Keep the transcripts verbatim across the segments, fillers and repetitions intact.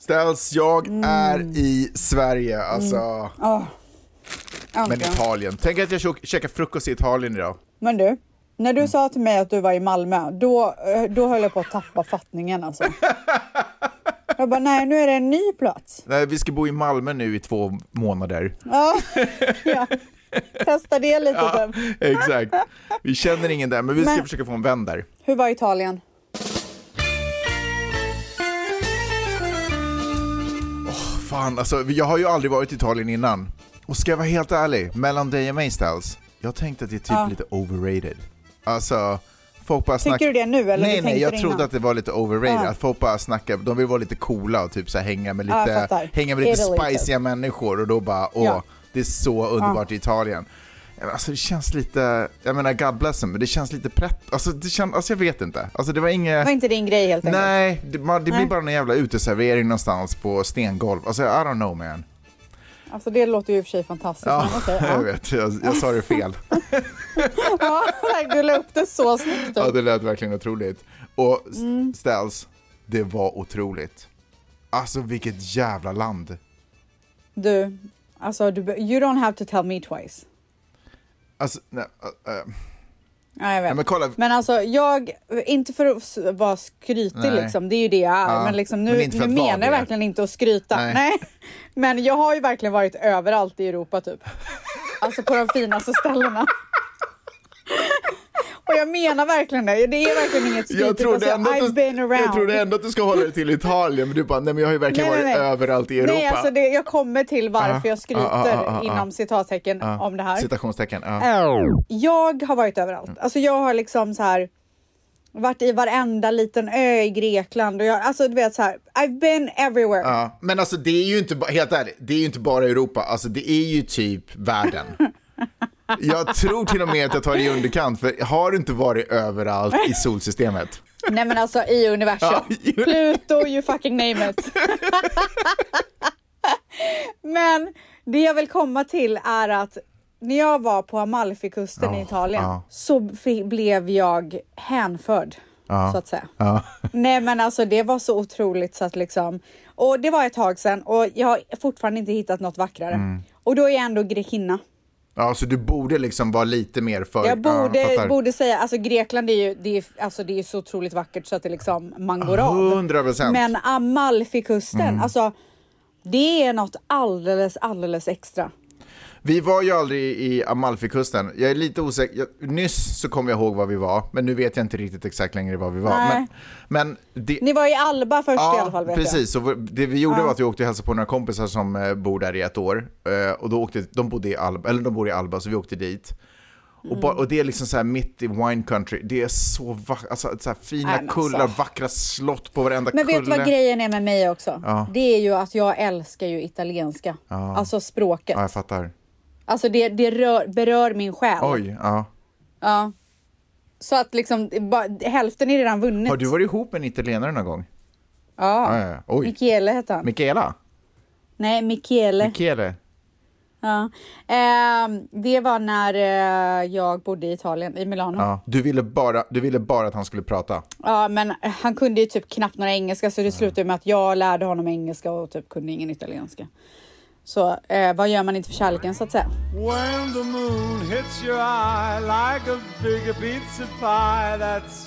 Ställs, jag mm. är i Sverige, alltså. Mm. Oh. Okay. Men Italien. Tänk att jag käkar frukost i Italien idag. Men du, när du mm. sa till mig att du var i Malmö, då, då höll jag på att tappa fattningen alltså. Jag bara, nej, nu är det en ny plats. Nej, vi ska bo i Malmö nu i två månader. Ja, ja. Testa det lite. Ja, exakt. Vi känner ingen där, men vi ska men, försöka få en vän där. Hur var Italien? Åh, fan, alltså, jag har ju aldrig varit i Italien innan. Och ska jag vara helt ärlig, mellan dig och mig, Ställs, jag tänkte att det är typ ja. lite overrated. Alltså, folk bara snackar. Tycker du det nu? Eller nej, nej, jag trodde innan? att det var lite overrated. Ja. Att folk bara snackar, de vill vara lite coola och typ så här, hänga med lite, ja, hänga med lite spiciga människor. Och då bara, åh, ja. det är så underbart ja. i Italien. Alltså det känns lite, jag menar God bless them, men det känns lite prätt. Alltså det känns, alltså jag vet inte. Alltså det var inget. Det var inte din grej helt enkelt. Nej, det, man, det blir nej. bara en jävla uteservering någonstans på stengolv. Alltså I don't know, man. Alltså det låter ju i och för sig fantastiskt. Ja, okay, ja. jag vet. Jag, jag sa det fel. Ja, du la upp det så snyggt. Ja, det lät verkligen otroligt. Och mm. Ställs, det var otroligt. Alltså vilket jävla land. Du, alltså du, you don't have to tell me twice. Alltså, nej, uh, uh. Ja, jag vet. Ja, men, kolla. Men alltså jag, inte för att vara skrytig liksom, det är ju det jag är, ja, men liksom nu, men nu menar jag verkligen inte att skryta. Nej. Nej. Men jag har ju verkligen varit överallt i Europa typ. Alltså på de finaste ställena. Och jag menar verkligen det. Det är verkligen inget skrytigt. Jag trodde alltså, ändå, du, jag trodde ändå att du ska hålla dig till Italien. Men du bara, nej men jag har ju verkligen nej, varit nej, nej. överallt i Europa. Nej, alltså det, jag kommer till varför jag skryter ah, ah, ah, inom citattecken ah, om det här. Citationstecken, ah. Jag har varit överallt. Alltså jag har liksom så här varit i varenda liten ö i Grekland. Och jag, alltså du vet så här, I've been everywhere. Ja, men alltså det är ju inte, helt ärligt, det är ju inte bara Europa. Alltså det är ju typ världen. Jag tror till och med att jag tar det i underkant. För har du inte varit överallt i solsystemet? Nej men alltså i universum. Ja, Pluto, you fucking name it. Men det jag vill komma till är att när jag var på Amalfikusten oh, i Italien oh. så f- blev jag hänförd. Oh. Så att säga. Oh. Nej men alltså det var så otroligt så att liksom. Och det var ett tag sedan och jag har fortfarande inte hittat något vackrare. Mm. Och då är jag ändå grekinna. Ja, så du borde liksom vara lite mer för... Jag borde, ja, borde säga, alltså Grekland är ju det är, alltså, det är så otroligt vackert så att det liksom man går av. hundra procent. Men Amalfikusten, mm. alltså det är något alldeles, alldeles extra. Vi var ju aldrig i Amalfikusten. Jag är lite osäker. Jag, nyss så kom jag ihåg var vi var. Men nu vet jag inte riktigt exakt längre var vi var. Men, men det, ni var i Alba först ja, i alla fall vet precis. Jag. Så det vi gjorde ja. var att vi åkte och hälsade på några kompisar som eh, bor där i ett år. Eh, och då åkte, de bodde i Alba, eller de bor i Alba så vi åkte dit. Mm. Och, ba, och det är liksom så här mitt i wine country. Det är så vackert, alltså så här fina Nej, kullar, så. vackra slott på varenda kulle. Men vet du vad grejen är med mig också? Ja. Det är ju att jag älskar ju italienska. Ja. Alltså språket. Ja, jag fattar. Alltså det, det rör, berör min själ. Oj, ja. Ja. Så att liksom, ba, hälften är redan vunnit. Har du varit ihop med en italienare någon gång? Ja. ja, ja. Oj. Michele heter han. Michela? Nej, Michele. Michele. Ja. Eh, det var när eh, jag bodde i Italien, i Milano. Ja. Du, ville bara, du ville bara att han skulle prata. Ja, men han kunde ju typ knappt några engelska. Så det slutade med att jag lärde honom engelska och typ kunde ingen italienska. Så eh, vad gör man inte för kärleken så att säga? When the moon hits your eye like a big pizza pie, that's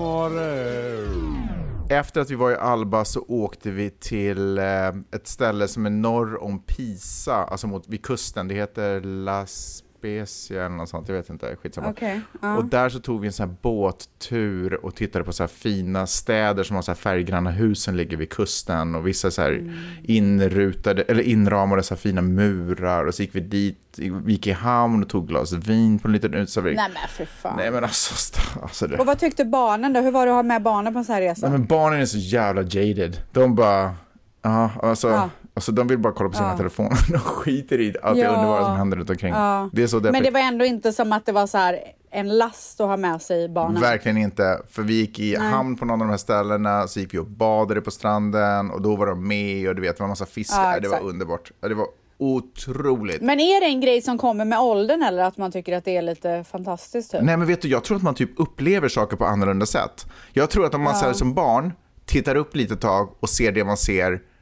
amore. Efter att vi var i Alba så åkte vi till eh, ett ställe som är norr om Pisa, alltså mot, vid kusten. Det heter La Spezia eller något sånt, jag vet inte, skitsamma. Okay, uh. Och där så tog vi en sån här båttur och tittade på så här fina städer som har så här färggranna hus som ligger vid kusten och vissa så här mm. inrutade eller inramade så här fina murar, och så gick vi dit, vi gick i hamn och tog glas vin på en liten utservering. Nej men för fan. Nej men alltså, alltså det. Och vad tyckte barnen då? Hur var det att ha med barnen på en sån här resa? Nej, men barnen är så jävla jaded. De bara ja, alltså ja. Alltså de vill bara kolla på sina ja. telefoner. De skiter i allt ja. det underbara som händer runt omkring. Ja. Det är så deppigt. Men det var ändå inte som att det var så här en last att ha med sig barnen. Verkligen inte. För vi gick i Nej. hamn på någon av de här ställena. Så gick vi och badade på stranden. Och då var de med. Och du vet, det var en massa fiskar. Ja, det var underbart. Det var otroligt. Men är det en grej som kommer med åldern? Eller att man tycker att det är lite fantastiskt? Typ? Nej men vet du, jag tror att man typ upplever saker på annorlunda sätt. Jag tror att om man ja. så här, som barn tittar upp lite tag och ser det man ser,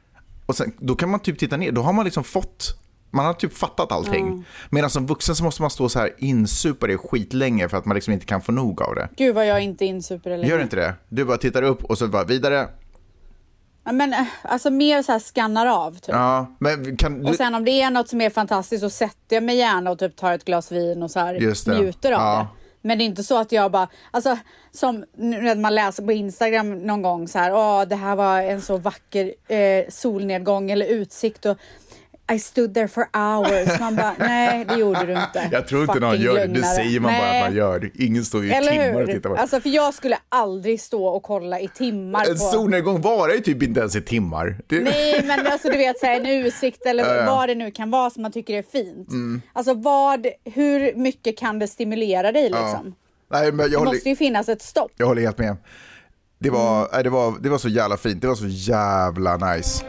Och sen, då kan man typ titta ner. Då har man liksom fått... Man har typ fattat allting. Mm. Medan som vuxen så måste man stå så här insuper det skitlänge för att man liksom inte kan få nog av det. Gud vad jag inte insuper det länge. Gör inte det? Du bara tittar upp och så bara vidare. Men alltså mer så här skannar av typ. Ja, men kan du... Och sen om det är något som är fantastiskt så sätter jag mig gärna och typ tar ett glas vin och så här njuter av ja. det. Men det är inte så att jag bara, alltså som när man läser på Instagram någon gång så här, åh det här var en så vacker eh, solnedgång eller utsikt och I stood there for hours. Man bara, nej det gjorde du inte. Jag tror inte någon gör det, det säger man nej. bara att man gör. Ingen står ju i Eller timmar hur? och tittar på det. Alltså för jag skulle aldrig stå och kolla i timmar. En på... solnedgång varar ju typ inte ens i timmar. Det... Nej men alltså du vet så här, en utsikt eller äh. vad det nu kan vara som man tycker är fint. Mm. Alltså vad, hur mycket kan det stimulera dig liksom? Ja. Nej, men jag det håller... måste ju finnas ett stopp. Jag håller helt med. Det var, mm. nej, det var, det var så jävla fint. Det var så jävla nice.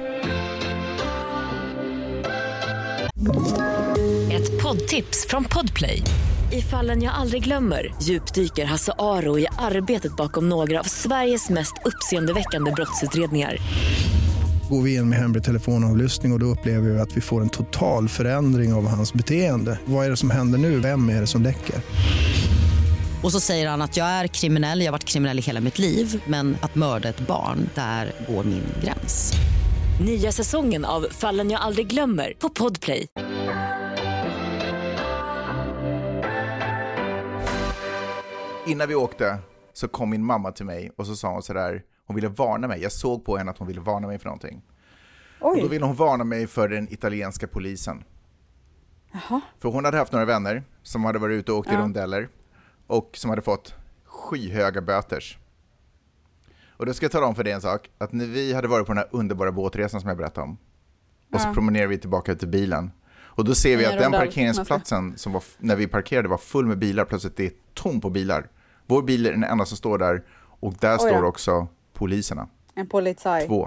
Ett poddtips från Podplay. I Fallen jag aldrig glömmer djupdyker Hasse Aro i arbetet bakom några av Sveriges mest uppseendeväckande brottsutredningar. Går vi in med hemlig telefonavlyssning och, och då upplever vi att vi får en total förändring av hans beteende. Vad är det som händer nu? Vem är det som läcker? Och så säger han att jag är kriminell, jag har varit kriminell i hela mitt liv. Men att mörda ett barn, där går min gräns. Nya säsongen av Fallen jag aldrig glömmer på Podplay. Innan vi åkte så kom min mamma till mig och så sa hon så där, hon ville varna mig. Jag såg på henne att hon ville varna mig för någonting. Oj. Och då ville hon varna mig för den italienska polisen. Jaha. För hon hade haft några vänner som hade varit ute och åkt ja. i rondeller och som hade fått skyhöga böters. Och då ska jag tala om för dig en sak, att när vi hade varit på den här underbara båtresan som jag berättade om och ja. så promenerade vi tillbaka till bilen. Och då ser vi att den parkeringsplatsen som var, när vi parkerade var full med bilar. Plötsligt det är tom på bilar. Vår bil är den enda som står där. Och där Oj, står ja. också poliserna. En polizei. Två.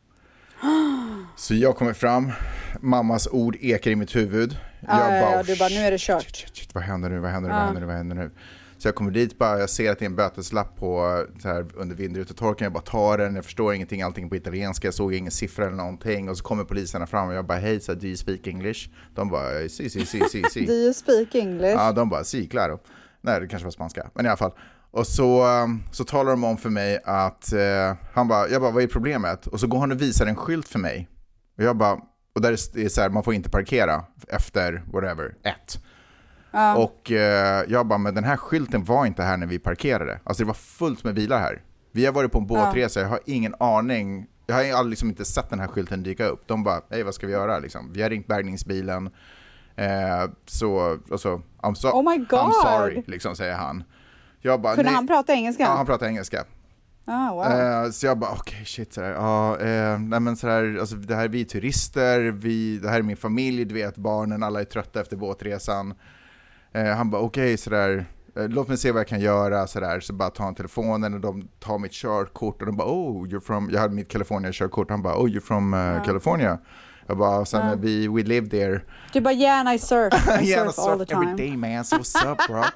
Så jag kommer fram. Mammas ord ekar i mitt huvud. Jag ah, bara, ja, du bara, nu är det kört. Shit, shit, shit, vad händer nu, vad händer nu, ah. vad händer nu, vad händer nu? Så jag kommer dit bara, jag ser att det är en böteslapp på, så här, under vindrutetorken. Jag bara tar den, jag förstår ingenting, allting på italienska. Jag såg ingen siffra eller någonting. Och så kommer poliserna fram och jag bara, hej, so, do you speak English? De bara, si, si, si, si, si. Do you speak English? Ja, de bara, si, claro. Nej, det kanske var spanska, men i alla fall. Och så, så talar de om för mig att, eh, han bara, jag bara, vad är problemet? Och så går han och visar en skylt för mig. Och jag bara, och där är det så här, man får inte parkera efter, whatever, ett. Ja. Och eh, jag bara, men den här skylten var inte här när vi parkerade. Alltså det var fullt med bilar här. Vi har varit på en båtresa, jag har ingen aning. Jag har aldrig liksom inte sett den här skylten dyka upp. De bara, hej, vad ska vi göra liksom? Vi har ringt bärgningsbilen. Eh, så, alltså, I'm, so- oh my God. I'm sorry, liksom, säger han. Jag bara, kunde han prata engelska? Ja, han pratar engelska. Oh, wow. eh, så jag bara, okej, okay, shit, sådär. Ja, eh, nej men sådär, alltså det här är vi turister, vi, det här är min familj, du vet, barnen, alla är trötta efter båtresan. Eh, han bara, okej, okay, sådär, eh, låt mig se vad jag kan göra, sådär. Så bara tar han telefonen och de tar mitt körkort och de bara, oh, you're from, jag hade mitt California-körkort, han bara, oh, you're from uh, ja. California. Jag bara, sen ja. we, we live there. Du bara, yeah, I surf. I yeah, surf all the time. Every day, man, so what's up, bro?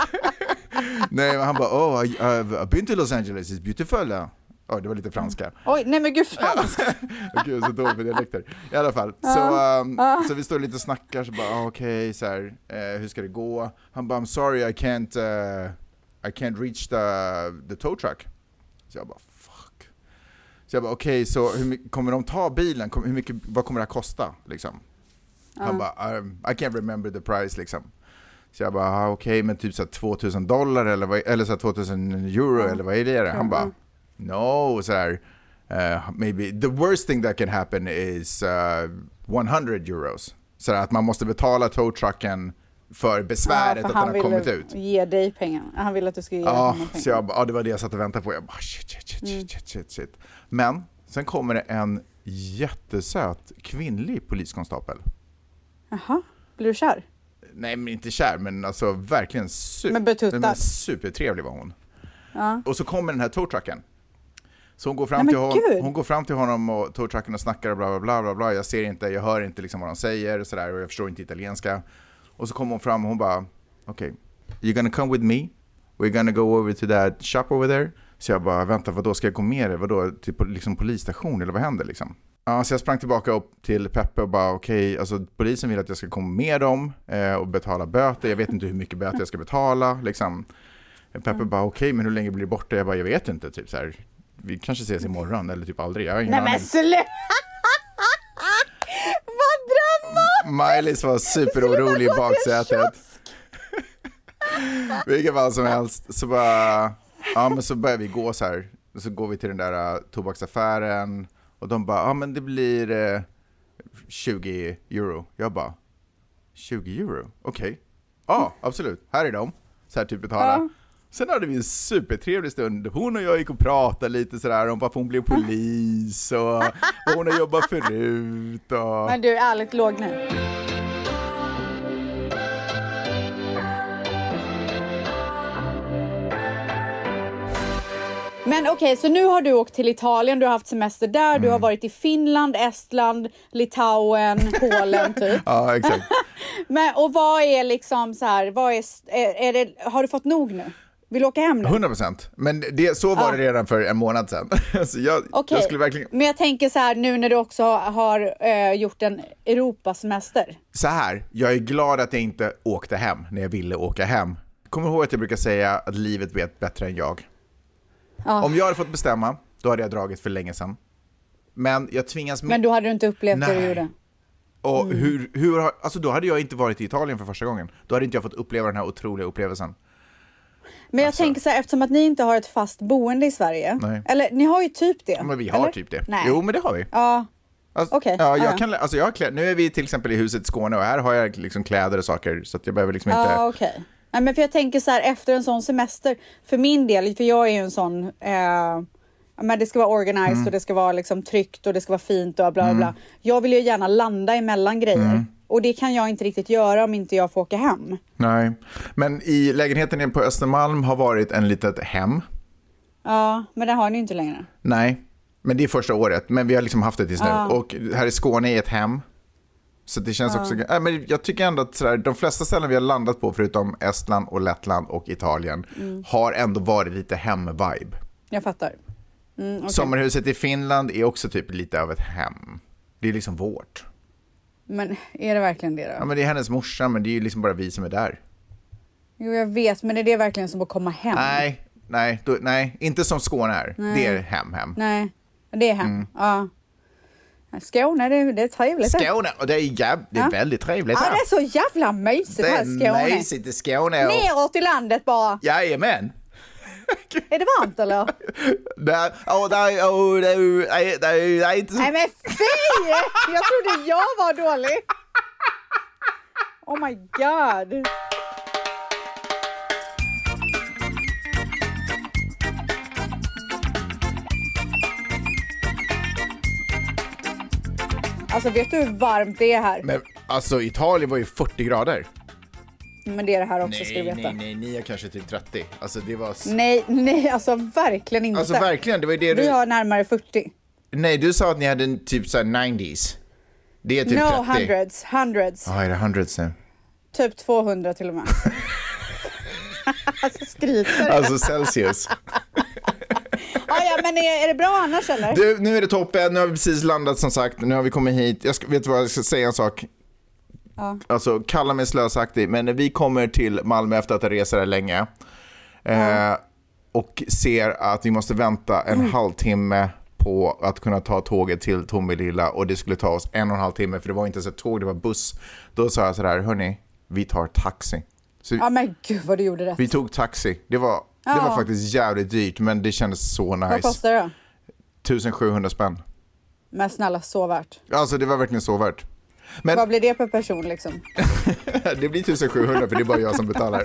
Nej, han bara, oh, I, I've been to Los Angeles, it's beautiful. Ja, oh, det var lite franska. Oj, nej men gud, fransk. Gud, så dåligt med dialekter. I alla fall, uh, så, um, uh. så vi står lite och snackar, så bara, okej, okay, så här, uh, hur ska det gå? Han bara, I'm sorry, I can't, uh, I can't reach the, the tow truck. Så jag bara, fuck. Så jag bara, okej, okay, så hur mycket, kommer de ta bilen? Kom, hur mycket, vad kommer det att kosta, liksom? Uh. Han bara, um, I can't remember the price, liksom. Så jag bara, okej, okay, men typ så tvåtusen dollar eller, vad, eller så tvåtusen euro mm. eller vad är det? Han bara, no, så här, uh, maybe the worst thing that can happen is uh, hundra euros. Så att man måste betala towtrucken för besväret ja, för att den har kommit ut. Ge dig pengar. Han ville att du skulle ge ja, honom pengar. Så jag bara, ja, det var det jag satt och väntade på. Jag bara, shit, shit, shit, mm. shit, shit, shit. Men sen kommer det en jättesöt kvinnlig poliskonstapel. Jaha, blir du kär? Nej, men inte kär, men alltså verkligen super, men men supertrevlig var hon. Ja. Och så kommer den här towtrucken. Så hon går fram, Nej, till, hon, hon går fram till honom och towtrucken och snackar och bla bla bla bla bla. Jag ser inte, jag hör inte liksom vad de säger och sådär, och jag förstår inte italienska. Och så kommer hon fram och hon bara, okej, okay, you're gonna come with me? We're gonna go over to that shop over there. Så jag bara, vänta, vad då ska jag gå med dig? Vad då? Till liksom polisstation eller vad händer liksom? Ja, så jag sprang tillbaka upp till Peppe och bara okej, okay, alltså polisen vill att jag ska komma med dem eh, och betala böter. Jag vet inte hur mycket böter jag ska betala. Liksom. Peppe mm. bara okej, okay, men hur länge blir det borta? Jag bara, jag vet inte. Typ så här, vi kanske ses imorgon eller typ aldrig. Jag har ingen Nej aning. men sluta! Vad dramatiskt! Maj-Lis var superorolig i baksätet. Vilket fall som helst. Så bara, ja men så börjar vi gå så här. Så går vi till den där uh, tobaksaffären. Och de bara, ja men det blir uh, tjugo euro. Jag bara, tjugo euro? Okej. Okay. Ja, absolut. Här är de. Så här typ betala. Ja. Sen hade vi en supertrevlig stund. Hon och jag gick och pratade lite sådär om varför hon blev polis och vad hon har jobbat förut. Och... Men du är ärligt låg nu. Men okej, okay, så nu har du åkt till Italien, du har haft semester där, mm. du har varit i Finland, Estland, Litauen, Polen typ. Ja, exakt. Men, och vad är liksom så här, vad är, är, är det, har du fått nog nu? Vill du åka hem nu? hundra procent. Men det, så var ja. det redan för en månad sedan. Så jag, okay. jag skulle verkligen... Men jag tänker så här, nu när du också har äh, gjort en Europasemester. Så här, jag är glad att jag inte åkte hem när jag ville åka hem. Kommer ihåg att jag brukar säga att livet vet bättre än jag. Ja. Om jag hade fått bestämma, då hade jag dragit för länge sedan. Men jag tvingas med... Men då hade du inte upplevt Nej. det du gjorde. Och mm. hur, hur har... Alltså då hade jag inte varit i Italien för första gången. Då hade inte jag fått uppleva den här otroliga upplevelsen. Men jag alltså. tänker så här, eftersom att ni inte har ett fast boende i Sverige. Nej. Eller ni har ju typ det. Ja, men vi har eller? typ det. Nej. Jo, men det har vi. Ja. Alltså, okay. ja, jag ja. kan, alltså jag har kläder. Nu är vi till exempel i huset i Skåne och här har jag liksom kläder och saker så att jag behöver liksom inte... Ja, okej. Okay. Nej, men för jag tänker så här, efter en sån semester, för min del, för jag är ju en sån, eh, men det ska vara organized mm. och det ska vara liksom tryggt och det ska vara fint och bla bla bla. Mm. Jag vill ju gärna landa emellan grejer. Mm. Och det kan jag inte riktigt göra om inte jag får åka hem. Nej, men i lägenheten på Östermalm har varit en litet hem. Ja, men det har ni inte längre. Nej, men det är första året. Men vi har liksom haft det tills ja. nu. Och här i Skåne är ett hem. Så det känns ja. också... Äh, men jag tycker ändå att sådär, de flesta ställen vi har landat på, förutom Estland och Lettland och Italien, mm. har ändå varit lite hem-vibe. Jag fattar. Mm, okay. Sommarhuset i Finland är också typ lite av ett hem. Det är liksom vårt. Men är det verkligen det då? Ja, men det är hennes morsa, men det är ju liksom bara vi som är där. Jo, jag vet, men är det verkligen som att komma hem? Nej, nej, då, nej inte som Skåne är. Nej. Det är hem, hem. Nej, det är hem, mm. ja. Skåne, det, det är trevligt. Skåne, och det är, jäv, det är ja. väldigt trevligt. Ja, det är så jävla mysigt här i Skåne. Det är mysigt i Skåne. Och... Neråt i landet bara. Jajamän. Är det varmt eller? Nej, oh, nej, oh, nej, nej, nej, nej, inte så... Nej men fy! Jag trodde jag var dålig. Oh my god. Alltså vet du hur varmt det är här? Men alltså Italien var ju fyrtio grader. Men det är det här också, nej, ska du veta. Nej, nej, ni är kanske till trettio. Alltså det var... Nej, nej, alltså verkligen inte. Alltså verkligen, det var det du... Vi har närmare fyrtio. Nej, du sa att ni hade en typ såhär nittio. Det är typ no, trettio. No, hundreds, hundreds. Ja, oh, är det hundreds nu? Typ tvåhundra till och med. Alltså skryter. Alltså Celsius. Ah, ja, men är, är det bra annars eller? Du, nu är det toppen. Nu har vi precis landat som sagt. Nu har vi kommit hit. Jag ska, vet du vad, jag ska säga en sak. Ja. Alltså, kalla mig slösaktig. Men när vi kommer till Malmö efter att ha rest där länge. Ja. Eh, och ser att vi måste vänta en mm. halvtimme på att kunna ta tåget till Tomelilla. Och det skulle ta oss en och en halv timme. För det var inte så ett tåg, det var buss. Då sa jag sådär, hörni, vi tar taxi. Så ja men gud vad du gjorde rätt. Vi tog taxi. Det var... Ja. Det var faktiskt jävligt dyrt, men det kändes så nice. Vad kostar det då? sjuttonhundra spänn. Men snälla, så värt. Alltså det var verkligen så värt. Men... Vad blir det per person liksom? Det blir sjuttonhundra för det är bara jag som betalar.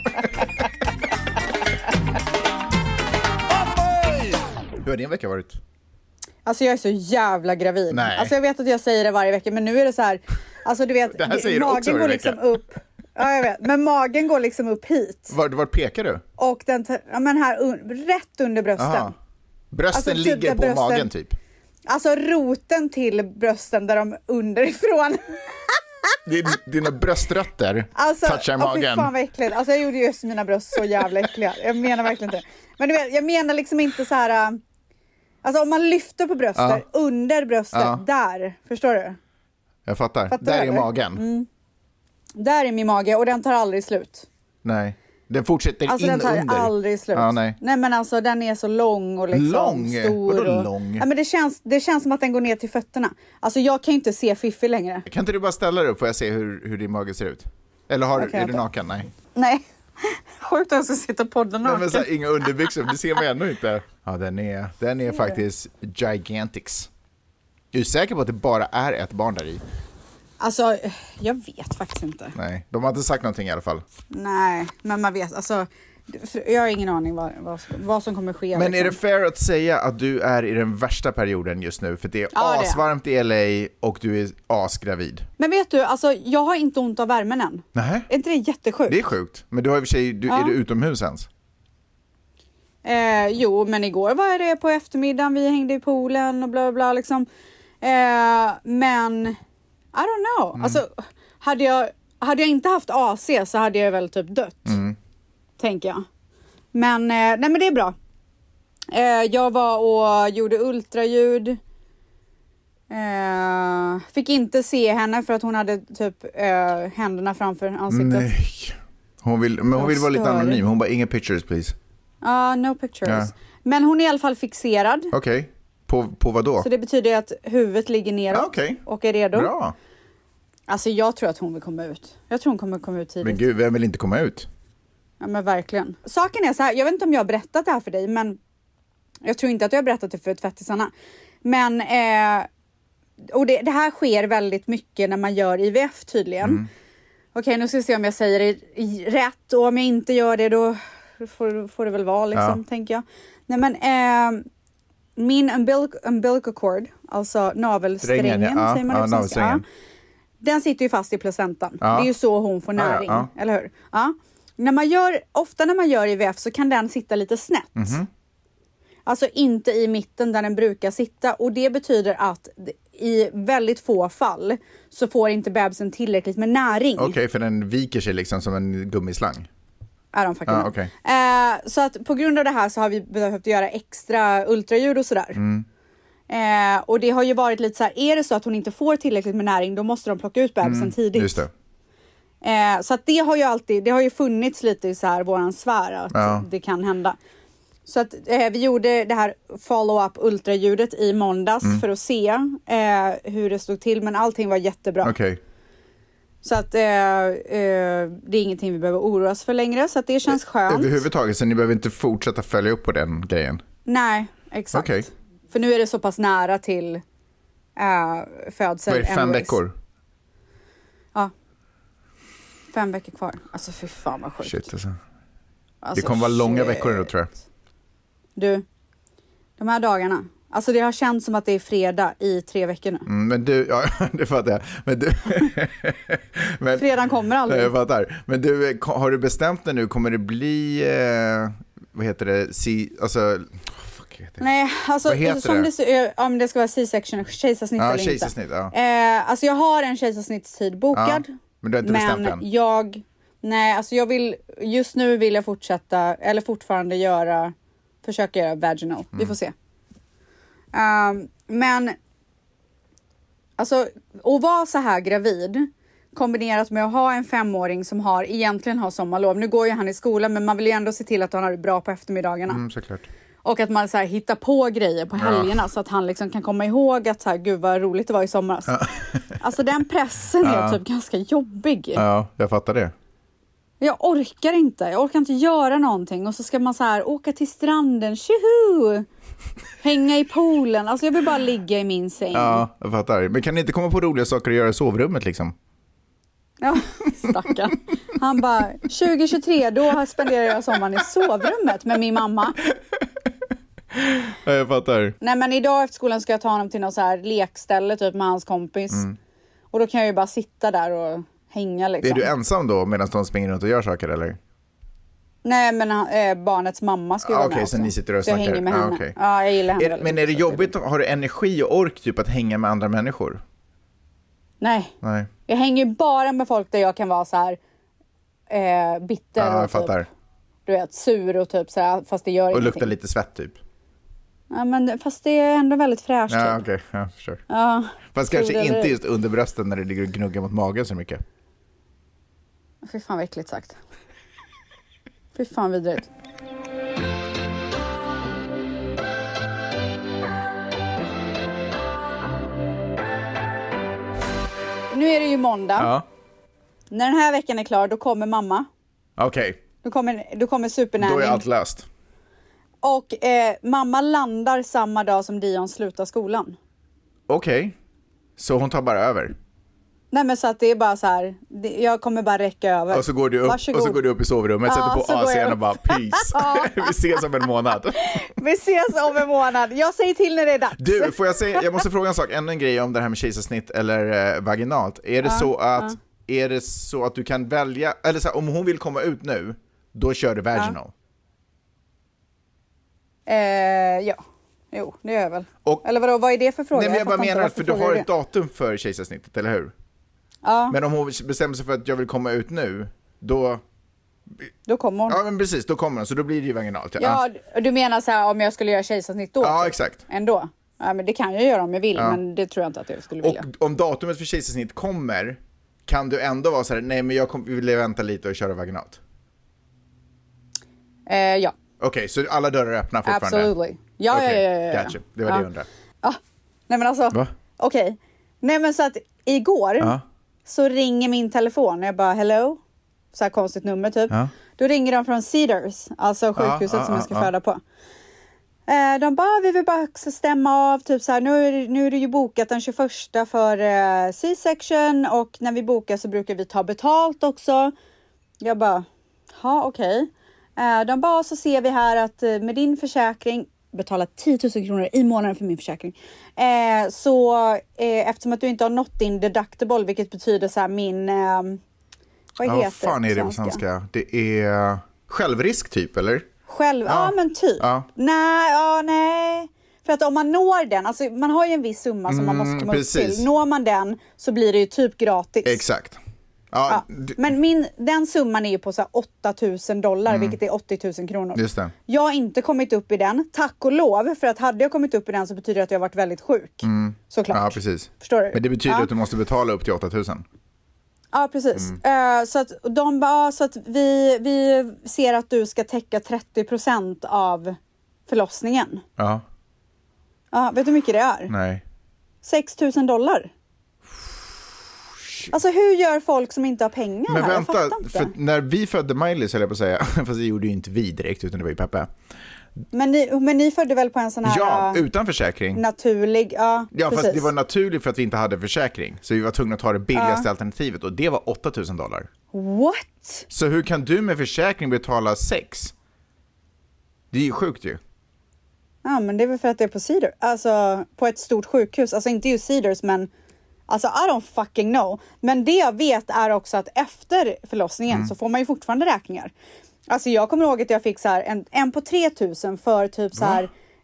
Hur har din vecka varit? Alltså jag är så jävla gravid. Nej. Alltså jag vet att jag säger det varje vecka, men nu är det så här. Alltså du vet, det här säger magen du också går liksom upp. Ja, jag vet. Men magen går liksom upp hit. Var, var pekar du? Och den, ja men här, un, rätt under brösten. Aha. Brösten alltså, typ ligger på brösten, magen typ? Alltså roten till brösten där de underifrån. Din, dina bröströtter alltså, touchar magen. Fy fan vad äckligt. Alltså jag gjorde just mina bröst så jävla äckliga. Jag menar verkligen inte. Men du vet, jag menar liksom inte så här... Alltså om man lyfter på bröstet, ja. under bröstet, ja. där. Förstår du? Jag fattar. fattar där är magen. Mm. Där är min mage och den tar aldrig slut. Nej. Den fortsätter alltså, in under. Den tar aldrig slut. Ja, nej. nej men alltså den är så lång och liksom lång? stor. Vadå och... lång? Ja, men det känns, det känns som att den går ner till fötterna. Alltså jag kan ju inte se Fiffi längre. Kan inte du bara ställa dig upp och jag se hur, hur din mage ser ut? Eller har, okay, är du naken? Nej. Nej. Sjukt att jag ska sitta på podden naken. Nej, men så här, inga underbyxor, det ser man ännu inte. Ja, den är, den är faktiskt gigantics. Är du säker på att det bara är ett barn där i? Alltså, jag vet faktiskt inte. Nej, de har inte sagt någonting i alla fall. Nej, men man vet, alltså, jag har ingen aning vad, vad, vad som kommer ske. Men liksom. Är det fair att säga att du är i den värsta perioden just nu? För det är ja, asvarmt det är. i L A och du är asgravid. Men vet du, alltså, jag har inte ont av värmen än. Nej. Är inte det jättesjukt? Det är sjukt, men du har i och för sig, du, ja. är du utomhus ens? Eh, jo, men igår var det på eftermiddagen, vi hängde i poolen och bla bla bla liksom. Eh, men... I don't know. Mm. Alltså, hade jag, hade jag inte haft A C så hade jag väl typ dött. Mm. Tänker jag. Men, eh, nej men det är bra. Eh, jag var och gjorde ultraljud. Eh, fick inte se henne för att hon hade typ eh, händerna framför ansiktet. Nej. Hon vill, men hon vill vara lite anonym. Hon bara, inga pictures please. Ja, uh, no pictures. Yeah. Men hon är i alla fall fixerad. Okej. Okay. På, på vad då? Så det betyder att huvudet ligger neråt ah, okay. och är redo. Bra. Alltså jag tror att hon vill komma ut. Jag tror hon kommer komma ut tidigt. Men gud, vem vill inte komma ut? Ja men verkligen. Saken är så här, jag vet inte om jag har berättat det här för dig, men jag tror inte att jag har berättat det för tvättisarna. Men, eh, och det, det här sker väldigt mycket när man gör I V F tydligen. Mm. Okej, nu ska vi se om jag säger det i, rätt, och om jag inte gör det då får, får det väl vara liksom, ja. tänker jag. Nej men, eh, min umbilical, umbilical cord, alltså navelsträngen, ja. säger man det ja, ja. Den sitter ju fast i placentan. Ja. Det är ju så hon får näring, ja, ja. eller hur? Ja. När man gör, ofta när man gör I V F så kan den sitta lite snett. Mm-hmm. Alltså inte i mitten där den brukar sitta. Och det betyder att i väldigt få fall så får inte bebisen tillräckligt med näring. Okej, okay, för den viker sig liksom som en gummislang. Är de faktiskt. Ah, okay. eh, så att på grund av det här så har vi behövt göra extra ultraljud och sådär. Mm. Eh, och det har ju varit lite så här, är det så att hon inte får tillräckligt med näring, då måste de plocka ut bebisen mm, tidigt. Just det. Eh, så att det har ju alltid, det har ju funnits lite i så här våran sfär att ja. det kan hända. Så att eh, vi gjorde det här follow-up ultraljudet i måndags mm. för att se eh, hur det stod till, men allting var jättebra. Okay. Så att eh, eh, det är ingenting vi behöver oroa oss för längre, så att det känns skönt. Överhuvudtaget, så ni behöver inte fortsätta följa upp på den grejen? Nej, exakt. Okay. För nu är det så pass nära till äh, födsel. Vad är det, fem anyways. veckor? Ja. Fem veckor kvar. Alltså fy fan vad sjukt. Shit alltså. Alltså, det kommer vara shit. långa veckor nu tror jag. Du, de här dagarna. Alltså det har känts som att det är fredag i tre veckor nu. Mm, men du, ja det fattar jag. Men du... men, Fredagen kommer aldrig. Jag fattar. Men du, har du bestämt det nu? Kommer det bli, eh, vad heter det, si, alltså... Nej, alltså som det, det, om det ska vara C-section, kejsarsnitt ja, eller kejsarsnitt, inte. Ja. Eh, alltså jag har en kejsarsnittstid bokad. Ja, men du har inte bestämt men än? jag, nej, alltså jag vill, just nu vill jag fortsätta, eller fortfarande göra, försöka göra vaginal. Mm. Vi får se. Um, men, alltså, att vara så här gravid, kombinerat med att ha en femåring som har, egentligen har sommarlov. Nu går ju han i skolan, men man vill ju ändå se till att han har det bra på eftermiddagarna. Mm, såklart. Och att man så här hittar på grejer på helgerna ja. så att han liksom kan komma ihåg att så här, gud vad roligt det var i somras. Ja. Alltså den pressen ja. är typ ganska jobbig. Ja, jag fattar det. Jag orkar inte. Jag orkar inte göra någonting. Och så ska man så här åka till stranden. Tjoho! Hänga i poolen. Alltså jag vill bara ligga i min säng. Ja, jag fattar. Men kan ni inte komma på roliga saker att göra i sovrummet liksom? Ja, stackarn. Han bara, tjugo tjugotre, då spenderar jag sommaren i sovrummet med min mamma. Ja, jag fattar. Nej, men idag efter skolan ska jag ta honom till något så här lekställe typ med hans kompis. Mm. Och då kan jag ju bara sitta där och hänga liksom. Är du ensam då medan de springer runt och gör saker eller? Nej, men äh, barnets mamma ska ju ah, vara okay, med också. Så ni sitter och snackar? Jag hänger med henne. Ah, okay. Ja, jag gillar henne är, Men är det jobbigt? Typ. Har du energi och ork typ att hänga med andra människor? Nej. Nej. Jag hänger bara med folk där jag kan vara så här eh, bitter ja, och jag fattar. Typ, du vet, sur och typ så här, fast det gör och ingenting. luktar lite svett typ. Ja, men fast det är ändå väldigt fräscht. Ja, okej. Okay. Ja, sure. Ja. Fast kanske inte just under brösten när det ligger och gnuggar mot magen så mycket. Fy fan vad äckligt sagt. Fy fan vidrigt. Nu är det ju måndag. Ja. När den här veckan är klar, då kommer mamma. Okej. Okay. Då kommer, då kommer supernanny. Då är allt löst. Och eh, mamma landar samma dag som Dion slutar skolan. Okej. Okay. Så hon tar bara över? Nej, men så att det är bara så här, det, jag kommer bara räcka över. Och så går du upp, och så går du upp i sovrummet, ja, sätter på A C:n och bara peace. Vi ses om en månad. Vi ses om en månad. Jag säger till när det är dags. Du, får jag säga, jag måste fråga en sak, ännu en grej om det här med kejsarsnitt eller eh, vaginalt. Är det ja, så att ja. är det så att du kan välja, eller så här, om hon vill komma ut nu, då kör du vaginal? Ja. Eh, ja. Jo, det gör jag väl. Och, eller vadå, vad är det för fråga? Nej, men jag, jag bara menar, för du har ett datum för kejsarsnittet, eller hur? Ja. Men om hon bestämmer sig för att jag vill komma ut nu, då... Då kommer hon. Ja, men precis, då kommer hon, så då blir det ju vaginalt. Ja, ja, du menar så här om jag skulle göra kejsarsnitt då? Ja, typ. Exakt. Ändå? Ja, men det kan jag göra om jag vill, ja. Men det tror jag inte att jag skulle vilja. Och om datumet för kejsarsnitt kommer, kan du ändå vara så här, nej men jag kom, vill vänta lite och köra vaginalt? Eh, ja. Okej, okay, så alla dörrar är öppna fortfarande? Absolutely. Ja, okay, ja, ja, ja, ja. Gotcha. Det var ja. det jag undrade. Ja, nej men alltså, okej. Okay. Nej men så att igår... Ja. Så ringer min telefon och jag bara hello, så här konstigt nummer typ. Ja. Då ringer de från Cedars, alltså sjukhuset ja, ja, som jag ska ja, föda på. Eh, de bara, vi vill bara också stämma av typ så här, nu är det, nu är det ju bokat den tjugoförsta för eh, C-section och när vi bokar så brukar vi ta betalt också. Jag bara, ja okej. Okay. Eh, de bara, så ser vi här att eh, med din försäkring betala tio tusen kronor i månaden för min försäkring. Eh, så eh, eftersom att du inte har nått din deductible, vilket betyder så här min... Eh, vad ja, heter vad fan är det på svenska? Det är självrisk typ, eller? Själv, ja, ja men typ. Ja. Nej, ja, nej. För att om man når den, alltså man har ju en viss summa som mm, man måste komma precis. upp till. Når man den så blir det ju typ gratis. Exakt. Ja, ja. Men min, den summan är ju på så här åtta tusen dollar, mm. vilket är åttio tusen kronor. Just det. Jag har inte kommit upp i den, tack och lov. För att hade jag kommit upp i den så betyder det att jag har varit väldigt sjuk. Mm. Såklart. Ja, precis. Förstår du? Men det betyder ja. att du måste betala upp till åtta tusen. Ja, precis. Mm. Uh, så att de bara, så att vi, vi ser att du ska täcka trettio procent av förlossningen. Ja. Ja, vet du hur mycket det är? Nej. sex tusen dollar. Alltså hur gör folk som inte har pengar? Men här? vänta, för när vi födde Miley så jag på att säga, fast det gjorde ju inte vi direkt utan det var ju Peppe. Men ni, men ni födde väl på en sån här... Ja, utan försäkring. Naturlig, ja. Ja, precis. Fast det var naturligt för att vi inte hade försäkring. Så vi var tvungna att ta det billigaste ja. alternativet och det var åtta tusen dollar. What? Så hur kan du med försäkring betala sex? Det är ju sjukt ju. Ja, men det är väl för att det är på Cedar. Alltså på ett stort sjukhus. Alltså inte just Cedars, men... Alltså I don't fucking know. Men det jag vet är också att efter förlossningen mm. så får man ju fortfarande räkningar. Alltså jag kommer ihåg att jag fick så här en, en på tre tusen för typ så här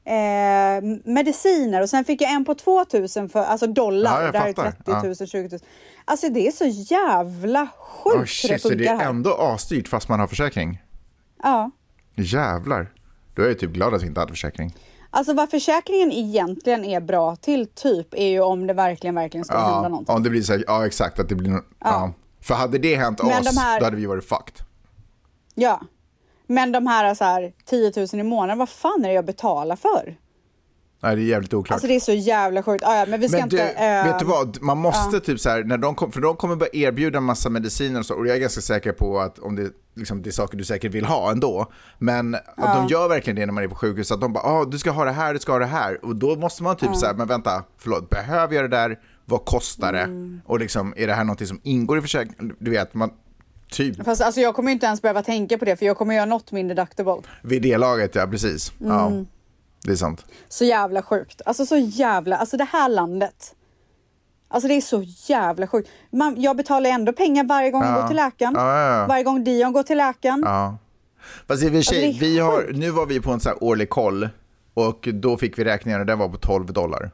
eh, mediciner. Och sen fick jag en på två tusen för alltså dollar. Ja, det här är trettio tusen, ja. tjugo tusen. Alltså det är så jävla sjukt. Oh, shit, så det är ändå avstyrt fast man har försäkring? Ja. Jävlar. Då är jag typ glad att vi inte hade försäkring. Alltså vad försäkringen egentligen är bra till typ är ju om det verkligen, verkligen ska ja, hända någonting. Om det blir så här, ja exakt. Att det blir no- ja. Ja. För hade det hänt men oss, de här, då hade vi varit fucked. Ja. Men de här, så här tio tusen i månaden, vad fan är det jag betalar för? Nej, det är jävligt oklart. Alltså det är så jävla sjukt. Ah, ja, men vi ska men du, inte... Äh, vet du vad? Man måste ja. typ så här, när de kom, för de kommer bara erbjuda en massa mediciner och så, och jag är ganska säker på att om det, liksom, det är saker du säkert vill ha ändå, men att ja. de gör verkligen det när man är på sjukhus, att de bara, ah, du ska ha det här, du ska ha det här, och då måste man typ ja. så här, men vänta, förlåt, behöver jag det där? Vad kostar det? Mm. Och liksom, är det här något som ingår i försäkringen? Du vet, man... Typ. Fast alltså jag kommer inte ens behöva tänka på det, för jag kommer göra något min deductible. Vid det laget, ja precis. Mm. Ja, det är sant. Så jävla sjukt. Alltså så jävla, alltså det här landet. Alltså det är så jävla sjukt. Man, jag betalar ändå pengar varje gång ja. jag går till läkaren. Ja, ja, ja. Varje gång Dion går till läkaren. Ja. Fast i och för sig, alltså vi har, nu var vi på en så här årlig koll och då fick vi räkningar och den var på tolv dollar.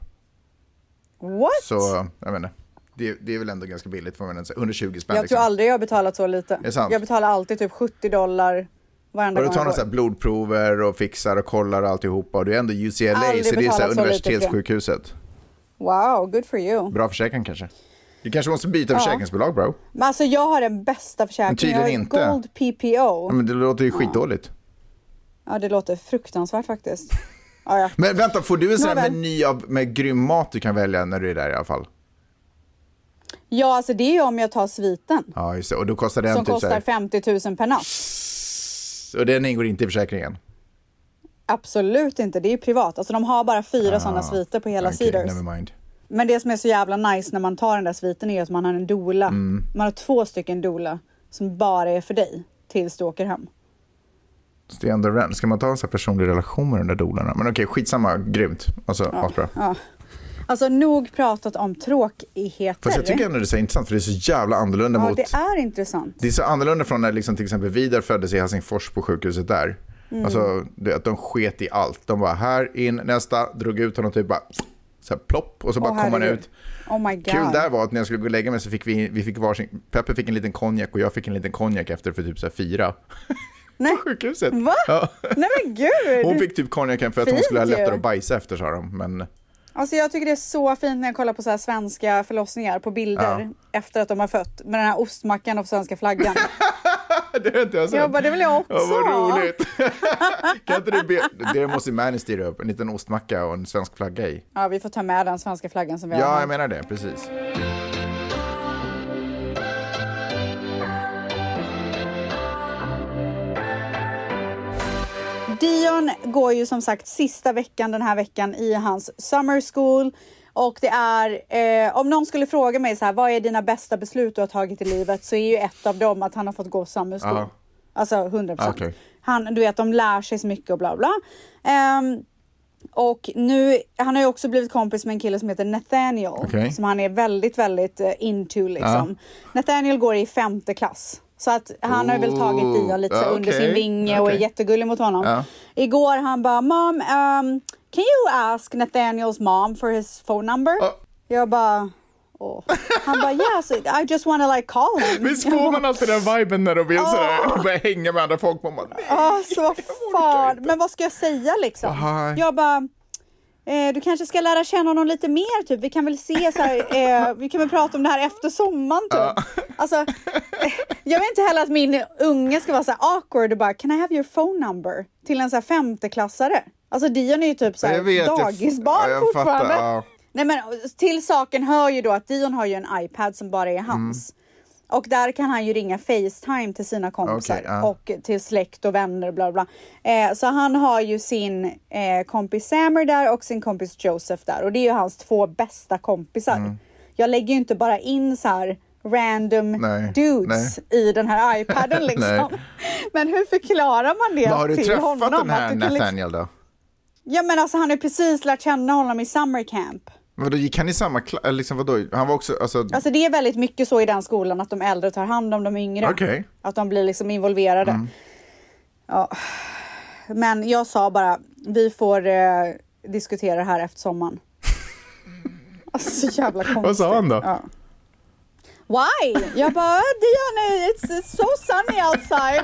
What? Så, jag menar. Det, det är väl ändå ganska billigt för man hundratjugo spänn. Jag tror liksom. aldrig jag har betalat så lite. Det är sant. Jag betalar alltid typ sjuttio dollar varenda gång. Och du tar några blodprover och fixar och kollar och alltihopa. Och du är ändå U C L A, så det är så här universitetssjukhuset. Wow, good for you. Bra försäkring kanske. Du kanske måste byta ja. försäkringsbolag, bro. Men alltså jag har den bästa försäkringen. Jag har inte. Gold P P O. Ja, men det låter ju skitdåligt. Ja, det låter fruktansvärt faktiskt. Ja, ja. Men vänta, får du en sån här meny av, med grym mat du kan välja när du är där i alla fall? Ja, alltså det är ju om jag tar sviten. Ja, just det. Och då kostar den som typ kostar femtio tusen per natt. Och den ingår inte i försäkringen? Absolut inte, det är ju privat. Alltså de har bara fyra ah, sådana sviter på hela okay, Cedars. Men det som är så jävla nice när man tar den där sviten är att man har en doula. Mm. Man har två stycken doula som bara är för dig tills du åker hem. Det är ändå ren. Ska man ta en sån här personlig relation med den där doularna? Men okej, skitsamma, grymt. Alltså, ja, bra. Ja. Alltså nog pratat om tråkigheter. Fast jag tycker ändå det är så intressant för det är så jävla annorlunda ja, mot... Ja, det är intressant. Det är så annorlunda från när liksom, till exempel Vidar föddes i Helsingfors på sjukhuset där. Mm. Alltså, det, att de sket i allt. De var här in, nästa, drog ut honom typ bara... Så här, plopp, och så bara oh, kom man ut. Oh my God. Kul där var att när jag skulle gå och lägga mig så fick vi, vi fick varsin... Peppe fick en liten konjak och jag fick en liten konjak efter för typ så här fyra. Nej. På sjukhuset. Va? Ja. Nej men gud. Hon fick typ konjaken för att fint hon skulle ha lättare att bajsa efter, sa de. Men... Alltså jag tycker det är så fint när jag kollar på så här svenska förlossningar på bilder ja. efter att de har fött. Med den här ostmackan och svenska flaggan. Det är inte jag sett. Jag bara, det vill jag också. Ja, vad roligt. Kan inte du be... Det måste Manny styra upp. En liten ostmacka och en svensk flagga i. Ja, vi får ta med den svenska flaggan som vi ja, har. Ja, jag menar det. Precis. Dion går ju som sagt sista veckan den här veckan i hans summer school. Och det är, eh, om någon skulle fråga mig så här, vad är dina bästa beslut du har tagit i livet, så är ju ett av dem att han har fått gå summer school. Uh-huh. Alltså hundra procent. Okay. Han, du vet, de lär sig så mycket och bla bla. Um, och nu, han har ju också blivit kompis med en kille som heter Nathaniel. Okay. Som han är väldigt, väldigt uh, into liksom. Uh-huh. Nathaniel går i femte klass. Så att han har väl tagit Dion lite så okay. under sin vinge okay. och är jättegullig mot honom. Ja. Igår han bara, Mom, um, can you ask Nathaniels mom for his phone number? Oh. Jag bara, oh. Han bara, yes, I just want to like call him. Visst får man alltid den viben när de vill oh. sådär, börja hänga med andra folk på man. Ja, så fan. Men vad ska jag säga liksom? Oh, jag bara... Eh, du kanske ska lära känna honom lite mer typ. Vi kan väl se så här, eh, vi kan väl prata om det här efter sommaren typ. Uh. Alltså, eh, jag vet inte heller att min unge ska vara så här awkward och bara, can I have your phone number? Till en så här femteklassare. Alltså Dion är ju typ så här vet, dagisbarn jag, jag fortfarande. Fattar, uh. Nej men till saken hör ju då att Dion har ju en iPad som bara är hans. Mm. Och där kan han ju ringa FaceTime till sina kompisar okay, uh. och till släkt och vänner bla bla. Eh, så han har ju sin eh, kompis Samer där och sin kompis Joseph där. Och det är ju hans två bästa kompisar. Mm. Jag lägger ju inte bara in så här random nej, dudes nej. i den här iPaden liksom. Men hur förklarar man det till honom? Har du träffat den här Nathaniel då? Ja men alltså han har precis lärt känna honom i summer camp. Men då gick han i samma klass, liksom vadå? Han var också, alltså... alltså det är väldigt mycket så i den skolan att de äldre tar hand om de yngre. Okay. Att de blir liksom involverade. Mm. Ja. Men jag sa bara, vi får eh, diskutera det här efter sommaren. Alltså så jävla konstigt. Vad sa han då? Ja. Why? Jag bara, Diana, it's, it's so sunny outside.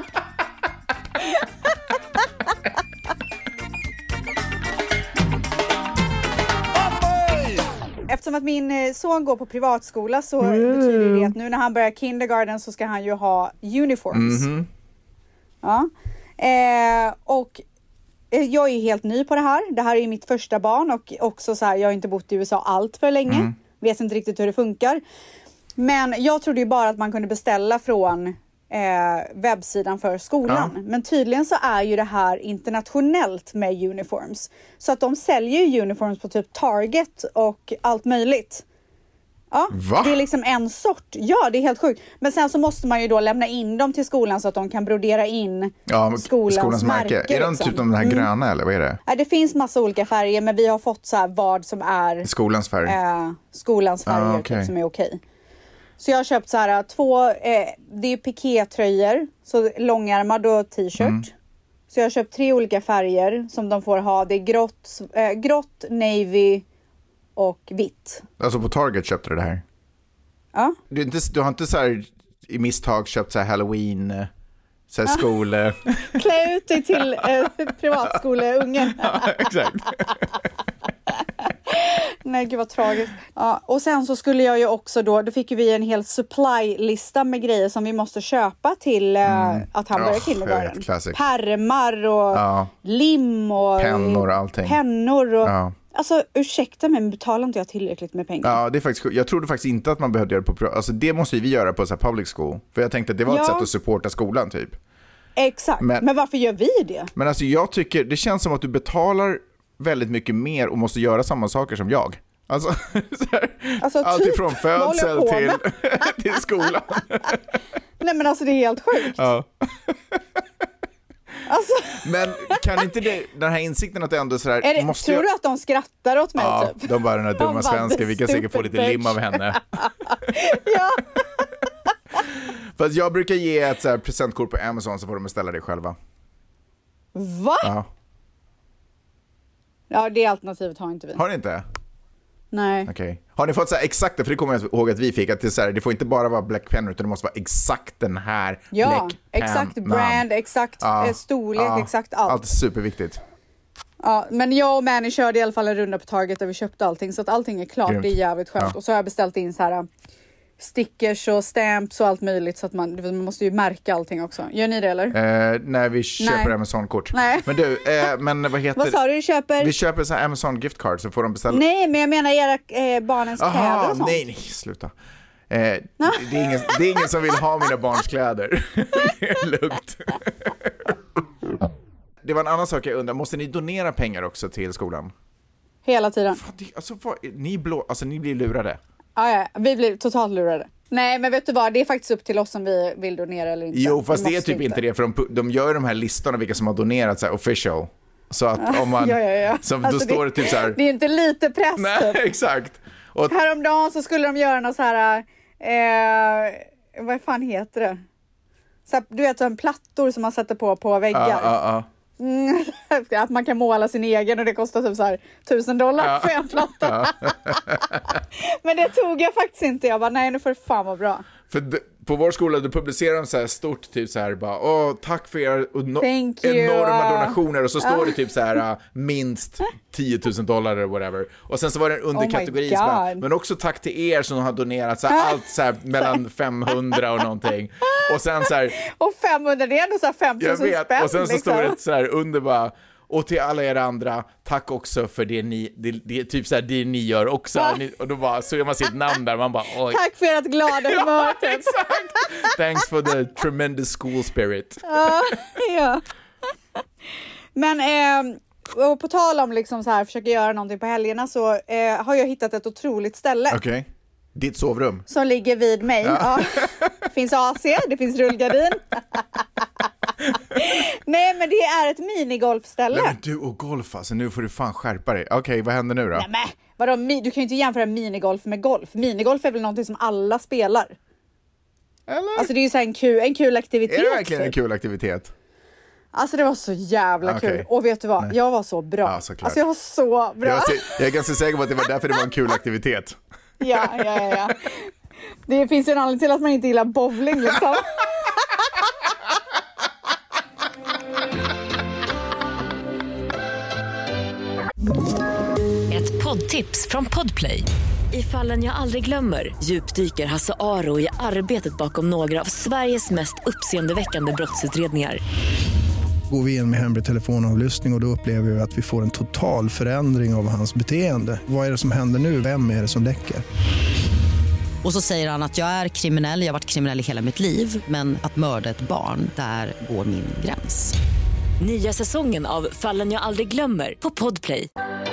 Eftersom att min son går på privatskola så mm. betyder det att nu när han börjar kindergarten så ska han ju ha uniforms. Mm-hmm. Ja. Eh, och jag är helt ny på det här. Det här är mitt första barn och också så här, jag har inte bott i U S A allt för länge. Mm. Vet inte riktigt hur det funkar. Men jag trodde ju bara att man kunde beställa från eh, webbsidan för skolan. Ja. Men tydligen så är ju det här internationellt med uniforms. Så att de säljer ju uniforms på typ Target och allt möjligt. Ja, va? Det är liksom en sort. Ja, det är helt sjukt. Men sen så måste man ju då lämna in dem till skolan så att de kan brodera in ja, skolans, skolans märke. Är de liksom. typ de här gröna mm. eller vad är det? Ja, det finns massa olika färger men vi har fått så här vad som är skolans färg. Eh, skolans färger ah, okay. typ, som är okej. Så jag har köpt så här två, eh, det är pikétröjor, så långärmad och t-shirt. Mm. Så jag har köpt tre olika färger som de får ha. Det är grått, eh, grått, navy och vitt. Alltså på Target köpte du det här? Ja. Du, inte, du har inte så här i misstag köpt så här Halloween så här skole... Klä ut dig till eh, privatskoleungen. Ja, exakt. Nej, gud vad tragiskt. Ja, och sen så skulle jag ju också då, då fick ju vi en hel supply-lista med grejer som vi måste köpa till mm. uh, att han börjar oh, kindergarten. Pärmar och ja. lim och pennor och allting. Pennor och... Ja. Alltså, ursäkta mig, men betalar inte jag tillräckligt med pengar? Ja, det är faktiskt, jag trodde faktiskt inte att man behövde göra det på... Alltså, det måste vi göra på så här public school. För jag tänkte att det var ja. ett sätt att supporta skolan, typ. Exakt, men, men varför gör vi det? Men alltså, jag tycker, det känns som att du betalar väldigt mycket mer och måste göra samma saker som jag. Alltså, så här, alltså typ, allt ifrån födsel till, till skolan. Nej, men alltså, det är helt sjukt. Ja. Alltså. Men kan inte det, den här insikten att det ändå sådär... Det, måste tror jag... du att de skrattar åt mig ja, typ? De bara, den här dumma de svenska, vi kan säkert få lite lim av henne. Ja. Fast jag brukar ge ett så här presentkort på Amazon så får de beställa det själva. Va? Ja. Ja, det alternativet har inte vi. Har ni inte? Nej. Okej. Okay. Har ni fått så här exakt, för det kommer jag ihåg att vi fick, att det, så här, det får inte bara vara Black Pen utan det måste vara exakt den här ja, Black Pen. Exakt brand, exakt ja, storlek, ja, exakt allt. Allt är superviktigt. Ja, men jag och Manny körde i alla fall en runda på Target där vi köpte allting så att allting är klart. Grymt. Det är jävligt skönt. Ja. Och så har jag beställt in så här stickers och stamps och allt möjligt så att man, man måste ju märka allting också. Gör ni det eller? Eh, nej, vi köper Amazon-kort. Nej. Men du, eh, men vad heter... Vad sa du, du köper? Vi köper så här Amazon gift card så får de beställa. Nej, men jag menar era eh, barnens Aha, kläder och sånt. Nej, nej, sluta. Eh, det, det, är ingen, det är ingen som vill ha mina barns kläder. Det är lugnt. Det var en annan sak jag undrar. Måste ni donera pengar också till skolan? Hela tiden. Fan, det, alltså, vad, ni, blå, alltså, ni blir lurade. Ja, ja, vi blir totalt lurade. Nej, men vet du vad? Det är faktiskt upp till oss om vi vill donera eller inte. Jo, fast det är typ inte, inte det. För de, de gör de här listorna vilka som har donerat så här, official. Så att om man... ja, ja, ja. Så, alltså, då står det typ så här... Det är inte lite press. Nej, exakt. Och... Häromdagen så skulle de göra något så här... Eh, vad fan heter det? Så här, du vet, en plattor som man sätter på på väggar. Ja, ja, ja. Mm, att man kan måla sin egen och det kostar typ så här tusen dollar ja. för en platta. Ja. Men det tog jag faktiskt inte. Jag bara, nej, nu får det fan vara bra. För d- på vår skola, då publicerar de så här stort, typ så här bara, åh, tack för era no- enorma donationer. Och så står det typ så här, uh, minst tio tusen dollar eller whatever. Och sen så var det en underkategori, oh bara, men också tack till er som har donerat så här, allt så här mellan femhundra och någonting. Och sen så här... Och femhundra, det är ändå så här femtusen spänn. Och sen så liksom. står det så här under bara... Och till alla er andra, tack också för det ni, det, det, typ så här, det ni gör också. Ja. Ni, och då bara, så gör man sitt namn där, man bara, oj. Tack för ert glada humör. Ja, exakt. Thanks for the tremendous school spirit. Ja, ja. Men, eh, och på tal om liksom så här, försöka göra någonting på helgerna så eh, har jag hittat ett otroligt ställe. Okej. Okay. Ditt sovrum. Som ligger vid mig. Ja. Ja. Det finns A C, det finns rullgardin. Nej, men det är ett minigolfställe. Nej, men du och golf, alltså nu får du fan skärpa dig. Okej, okay, vad händer nu då? Nej, men vadå, du kan ju inte jämföra minigolf med golf. Minigolf är väl någonting som alla spelar. Eller? Alltså det är ju så här en kul, en kul aktivitet. Är det verkligen typ en kul aktivitet? Alltså det var så jävla okay. kul. Och vet du vad? Nej. Jag var så bra. Ja, alltså jag var så bra. Jag, var, jag är ganska säker på att det var därför det var en kul aktivitet. Ja, ja, ja, ja. Det finns ju en anledning till att man inte gillar bowling liksom. Ett poddtips från Podplay. I Fallen jag aldrig glömmer djupdyker Hasse Aro i arbetet bakom några av Sveriges mest uppseendeväckande brottsutredningar. Går vi in med hemlig telefonavlyssning och, och då upplever vi att vi får en total förändring av hans beteende. Vad är det som händer nu? Vem är det som läcker? Och så säger han att jag är kriminell, jag har varit kriminell i hela mitt liv. Men att mörda ett barn, där går min gräns. Nya säsongen av Fallen jag aldrig glömmer på Podplay.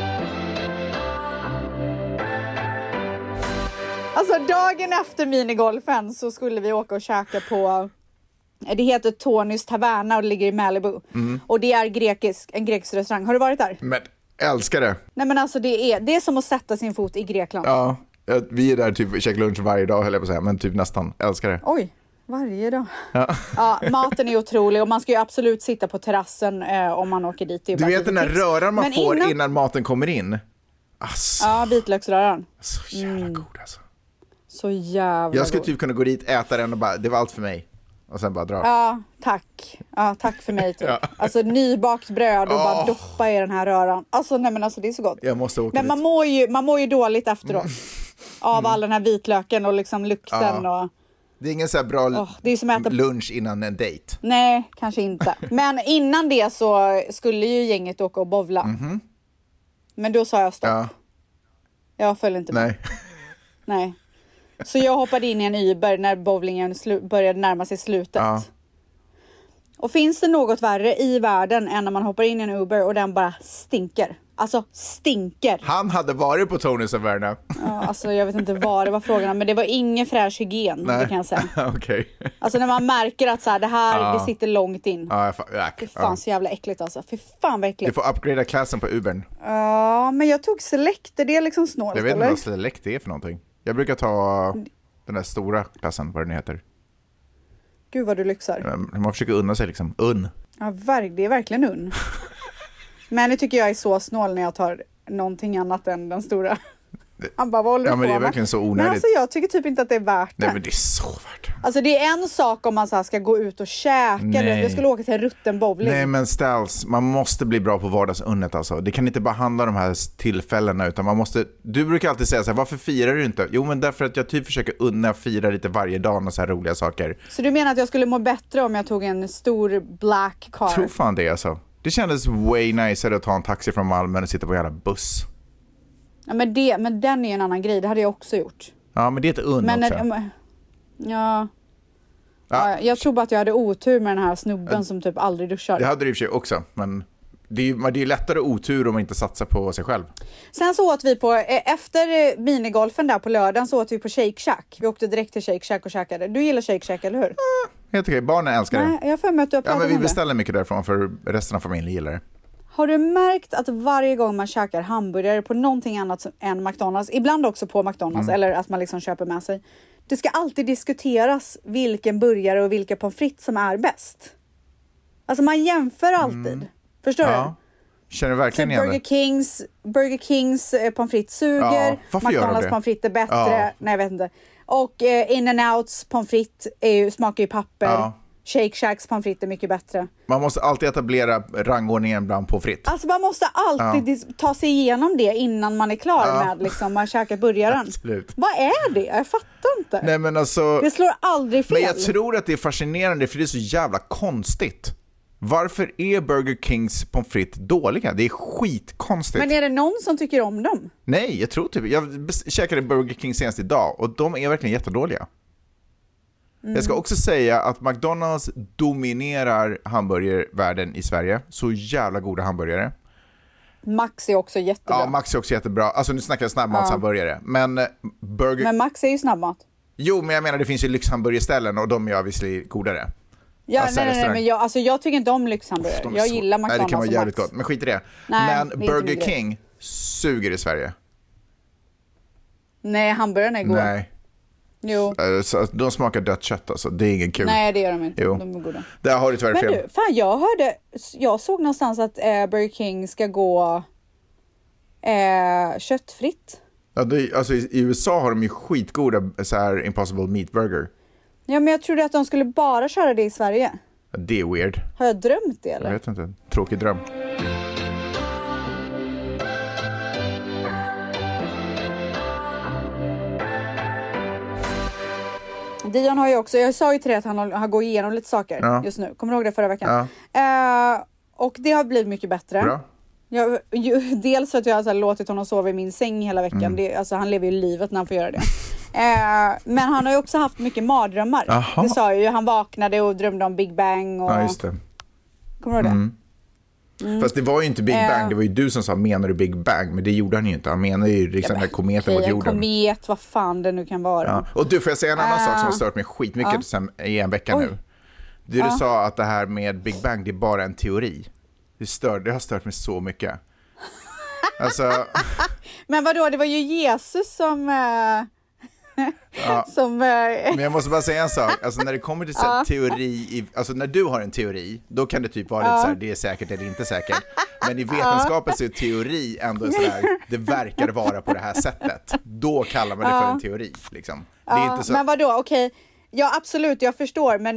Alltså dagen efter minigolfen så skulle vi åka och käka på... Det heter Tonys Taverna och det ligger i Malibu. Mm. Och det är grekisk, en grekisk restaurang. Har du varit där? Men älskar det. Nej men alltså det är, det är som att sätta sin fot i Grekland. Ja, vi är där typ käkar lunch varje dag höll jag på att säga. Men typ nästan, älskar det. Oj, varje dag. Ja. Ja, maten är otrolig och man ska ju absolut sitta på terrassen eh, om man åker dit. Du vet den där röran man men får innan... innan maten kommer in? Asså. Ja, vitlöksröran. Så jävla mm. god alltså. Så jävla Jag skulle god. typ kunna gå dit, äta den och bara, det var allt för mig. och sen bara dra. Ja, tack. Ja, tack för mig typ. Ja. Alltså nybakt bröd och oh. bara doppa i den här röran. Alltså nej men alltså det är så gott. Jag måste åka men man mår, ju, man mår ju dåligt efteråt. Mm. Av mm. all den här vitlöken och liksom lukten ja. och... Det är ingen så här bra oh, det är som äta... lunch innan en dejt. Nej, kanske inte. Men innan det så skulle ju gänget åka och bowla. Mm-hmm. Men då sa jag stopp. Ja. Jag följde inte med. Nej. Nej. Så jag hoppade in i en Uber när bowlingen slu- började närma sig slutet. Ja. Och finns det något värre i världen än när man hoppar in i en Uber och den bara stinker? Alltså stinker. Han hade varit på Tonys och Verna. Ja, alltså jag vet inte vad det var frågan om, men det var ingen fräsch hygien. Nej. Det kan jag säga. Okay. Alltså när man märker att så här, det här ja. det sitter långt in. Ja, fa- ja. Fy fan ja. så jävla äckligt alltså. Fy fan vad äckligt. Du får upgrada klassen på Ubern. Ja, men jag tog Select. Är det liksom snålt? Jag vet inte vad Select är för någonting. Jag brukar ta den där stora klassen, vad den heter. Gud vad du lyxar. Man försöker unna sig liksom. Unn. Ja, det är verkligen unn. Men nu tycker jag är så snål när jag tar någonting annat än den stora. Han bara, vad håller du ja, men på det är verkligen så onödigt. Men alltså jag tycker typ inte att det är värt det. Nej, men det är så värt det. Alltså det är en sak om man så här ska gå ut och käka. Nej. Jag skulle åka till en rutten bowling. Nej, men Ställs, man måste bli bra på vardagsunnet alltså. Det kan inte bara handla om de här tillfällena, utan man måste... Du brukar alltid säga så här, varför firar du inte? Jo, men därför att jag typ försöker unna fira lite varje dag och så här roliga saker. Så du menar att jag skulle må bättre om jag tog en stor black car? Jag tror fan det alltså. Det kändes way nicer att ta en taxi från Malmö och sitta på en jävla buss. Ja, men, det, men den är en annan grej. Det hade jag också gjort. Ja, men det är ett unn men också. När, ja. Ja. ja. Jag tror bara att jag hade otur med den här snubben ja. som typ aldrig duschar. Det hade du i och för sig också, men det är ju det är lättare otur om man inte satsar på sig själv. Sen så åt vi på, efter minigolfen där på lördagen så åt vi på Shake Shack. Vi åkte direkt till Shake Shack och käkade. Du gillar Shake Shack, eller hur? Ja, helt okej. Barnen älskar det. Nej, jag får möta upp. Ja, men vi beställer mycket därifrån för resten av familjen gillar det. Har du märkt att varje gång man käkar hamburgare på någonting annat än McDonald's, ibland också på McDonald's, mm. eller att man liksom köper med sig, det ska alltid diskuteras vilken burgare och vilka pommes frites som är bäst. Alltså man jämför alltid. Mm. Förstår ja. du? Känner verkligen så Burger Kings, Burger Kings eh, pommes frites suger, ja, McDonald's pommes frites är bättre, ja. nej jag vet inte. Och eh, In-N-Outs pommes frites är ju, smakar ju papper. Ja. Shake Shacks pommes frites är mycket bättre. Man måste alltid etablera rangordningen bland pommes frites. Alltså man måste alltid ja. ta sig igenom det innan man är klar ja. med liksom man käkar burgaren. Absolut. Vad är det? Jag fattar inte. Nej, men alltså, det slår aldrig fel. Men jag tror att det är fascinerande för det är så jävla konstigt. Varför är Burger Kings pommes frites dåliga? Det är skitkonstigt. Men är det någon som tycker om dem? Nej, jag tror typ. Jag käkade Burger King senast idag och de är verkligen jättedåliga. Mm. Jag ska också säga att McDonald's dominerar hamburgervärlden i Sverige. Så jävla goda hamburgare. Max är också jättebra. Ja, Max är också jättebra. Alltså nu snackar jag snabbmatshamburgare. Ja. Men burger... Men Max är ju snabbmat. Jo, men jag menar det finns ju lyxhamburgerställen och de är visserligen godare. Ja, alltså, nej, nej, nej, men jag, alltså, jag tycker inte om lyxhamburgare. Oh, jag så... gillar McDonald's. Nej, det kan vara jävligt Max. gott. Men skit i det. Nej, men det Burger King suger i Sverige. Nej, hamburgarna är goda. Nej. Jo. Så de smakar dött kött alltså. Det är ingen kul. Nej, det gör de inte. Jo. De är goda. Där har du tyvärr fel. Men du, fan jag hörde, jag såg någonstans att eh, Burger King ska gå eh, köttfritt. Ja, det, alltså i, i U S A har de ju skitgoda så här Impossible Meat Burger. Ja, men jag trodde att de skulle bara köra det i Sverige. Ja, det är weird. Har jag drömt det eller? Jag vet inte. Tråkig dröm. Dion har ju också, jag sa ju till dig att han har, har gått igenom lite saker ja. just nu. Kommer du ihåg det förra veckan? Ja. Uh, och det har blivit mycket bättre. Bra. Jag, ju, dels för att jag har så här, låtit honom sova i min säng hela veckan. Mm. Det, alltså, han lever ju livet när han får göra det. uh, men han har ju också haft mycket mardrömmar. Aha. Det sa jag ju, han vaknade och drömde om Big Bang. Och... Ja, just det. Kommer du ihåg det? Mm. Mm. Fast det var ju inte Big Bang, det var ju du som sa menar du Big Bang, men det gjorde han ju inte. Han menar ju liksom ja, den här kometen okay, mot jorden. Komet, vad fan det nu kan vara. Ja. Och du, får jag säga en annan uh. sak som har stört mig skitmycket uh. sen, i en vecka Oj. nu. Du, du uh. sa att det här med Big Bang, det är bara en teori. Det, stör, det har stört mig så mycket. Alltså... Men vadå, det var ju Jesus som... Uh... Ja. Som, uh... Men jag måste bara säga en sak. Alltså när det kommer till så här, uh. teori i, alltså när du har en teori, då kan det typ vara uh. lite så här, det är säkert eller inte säkert. Men i vetenskapen så är teori ändå så här, det verkar vara på det här sättet. Då kallar man det uh. för en teori liksom. Det är uh. inte så... Men vadå, okej. Okay. Ja absolut, jag förstår, men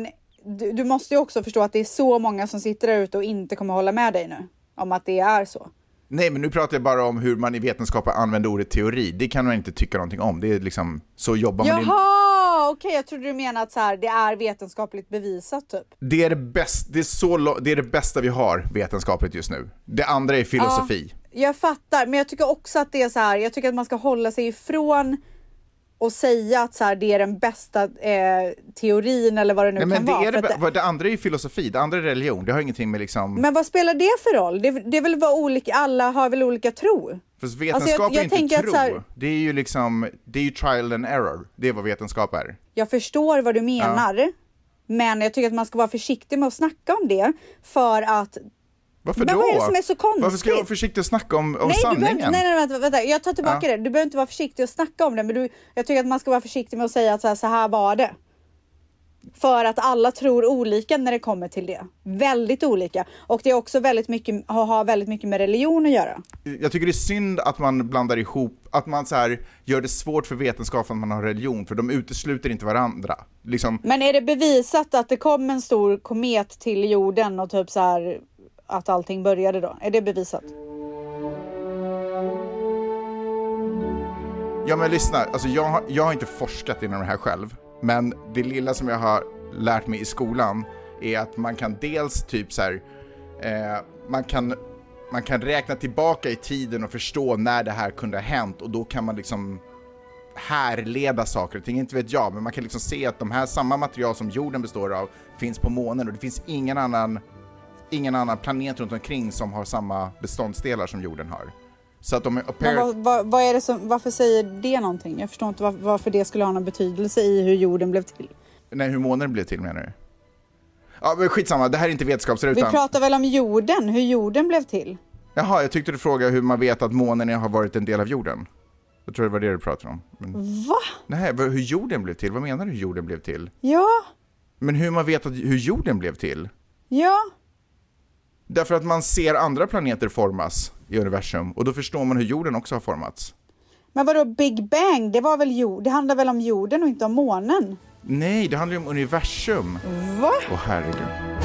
du, du måste ju också förstå att det är så många som sitter där ute och inte kommer hålla med dig nu om att det är så. Nej, men nu pratar jag bara om hur man i vetenskapen använder ordet teori. Det kan man inte tycka någonting om. Det är liksom, så jobbar man. Jaha, okej, okay, jag trodde du menade att så här, det är vetenskapligt bevisat typ. Det är det, bäst, det, är så, det är det bästa vi har vetenskapligt just nu. Det andra är filosofi. Ja, jag fattar, men jag tycker också att det är så här, jag tycker att man ska hålla sig ifrån och säga att så här, det är den bästa eh, teorin eller vad det nu Nej, kan men det vara. Är det, det, det andra är ju filosofi, det andra är religion. Det har ingenting med liksom... Men vad spelar det för roll? Det, det är väl vad olika, alla har väl olika tro? För vetenskap alltså jag, jag är inte tro. Att, här, det är ju liksom, det är ju trial and error. Det är vad vetenskap är. Jag förstår vad du menar. Ja. Men jag tycker att man ska vara försiktig med att snacka om det. För att... Varför men då? Vad är det som är så konstigt? Varför ska jag vara försiktig att snacka om, om nej, sanningen? Behöver, nej, nej, vänta, vänta. Jag tar tillbaka ja. det. Du behöver inte vara försiktig att snacka om det. Men du, jag tycker att man ska vara försiktig med att säga att så här, så här var det. För att alla tror olika när det kommer till det. Väldigt olika. Och det är också väldigt mycket, har väldigt mycket med religion att göra. Jag tycker det är synd att man blandar ihop, att man så här gör det svårt för vetenskap att man har religion. För de utesluter inte varandra. Liksom... Men är det bevisat att det kom en stor komet till jorden och typ så här... att allting började då? Är det bevisat? Ja, men lyssna. Alltså jag, har, jag har inte forskat inom det här själv. Men det lilla som jag har lärt mig i skolan är att man kan dels typ så här... Eh, man, kan, man kan räkna tillbaka i tiden och förstå när det här kunde ha hänt. Och då kan man liksom härleda saker och ting. Inte vet jag, men man kan liksom se att de här samma material som jorden består av finns på månen. Och det finns ingen annan... ingen annan planet runt omkring som har samma beståndsdelar som jorden har. Så att de är apparent... vad, vad, vad är det som, varför säger det någonting? Jag förstår inte var, varför det skulle ha någon betydelse i hur jorden blev till. Nej, hur månen blev till menar du? Ja, men skitsamma, det här är inte vetenskapsrutan. Vi pratar väl om jorden, hur jorden blev till. Jaha, jag tyckte du frågade hur man vet att månen har varit en del av jorden. Jag tror det var det du pratade om. Men... Va? Nej, hur jorden blev till? Vad menar du hur jorden blev till? Ja. Men hur man vet att, hur jorden blev till? Ja. Därför att man ser andra planeter formas i universum. Och då förstår man hur jorden också har formats. Men vadå, Big Bang? Det var väl jord? Det handlar väl om jorden och inte om månen? Nej, det handlar ju om universum. Va? Åh, herregud.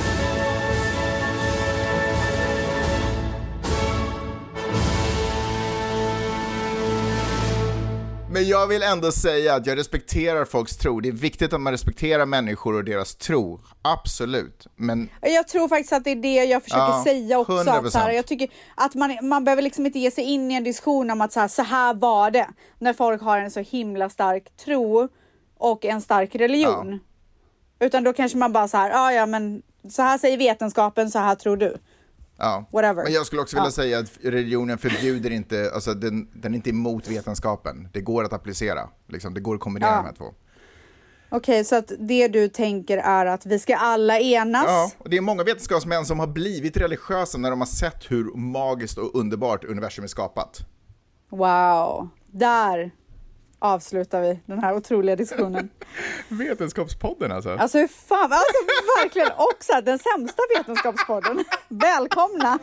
Men jag vill ändå säga att jag respekterar folks tro. Det är viktigt att man respekterar människor och deras tro. Absolut. Men... jag tror faktiskt att det är det jag försöker ja, säga också. Att så här, jag tycker att man, man behöver liksom inte ge sig in i en diskussion om att så här, så här var det. När folk har en så himla stark tro och en stark religion. Ja. Utan då kanske man bara så här, ja ja men så här säger vetenskapen, så här tror du. Ja, whatever. Men jag skulle också vilja ja. säga att religionen förbjuder inte, alltså den, den är inte emot vetenskapen. Det går att applicera, liksom. Det går att kombinera ja. de här två. Okej, okay, så att det du tänker är att vi ska alla enas? Ja, och det är många vetenskapsmän som har blivit religiösa när de har sett hur magiskt och underbart universum är skapat. Wow, där avslutar vi den här otroliga diskussionen. Vetenskapspodden alltså. Alltså hur fan, alltså verkligen också den sämsta vetenskapspodden. Välkomna!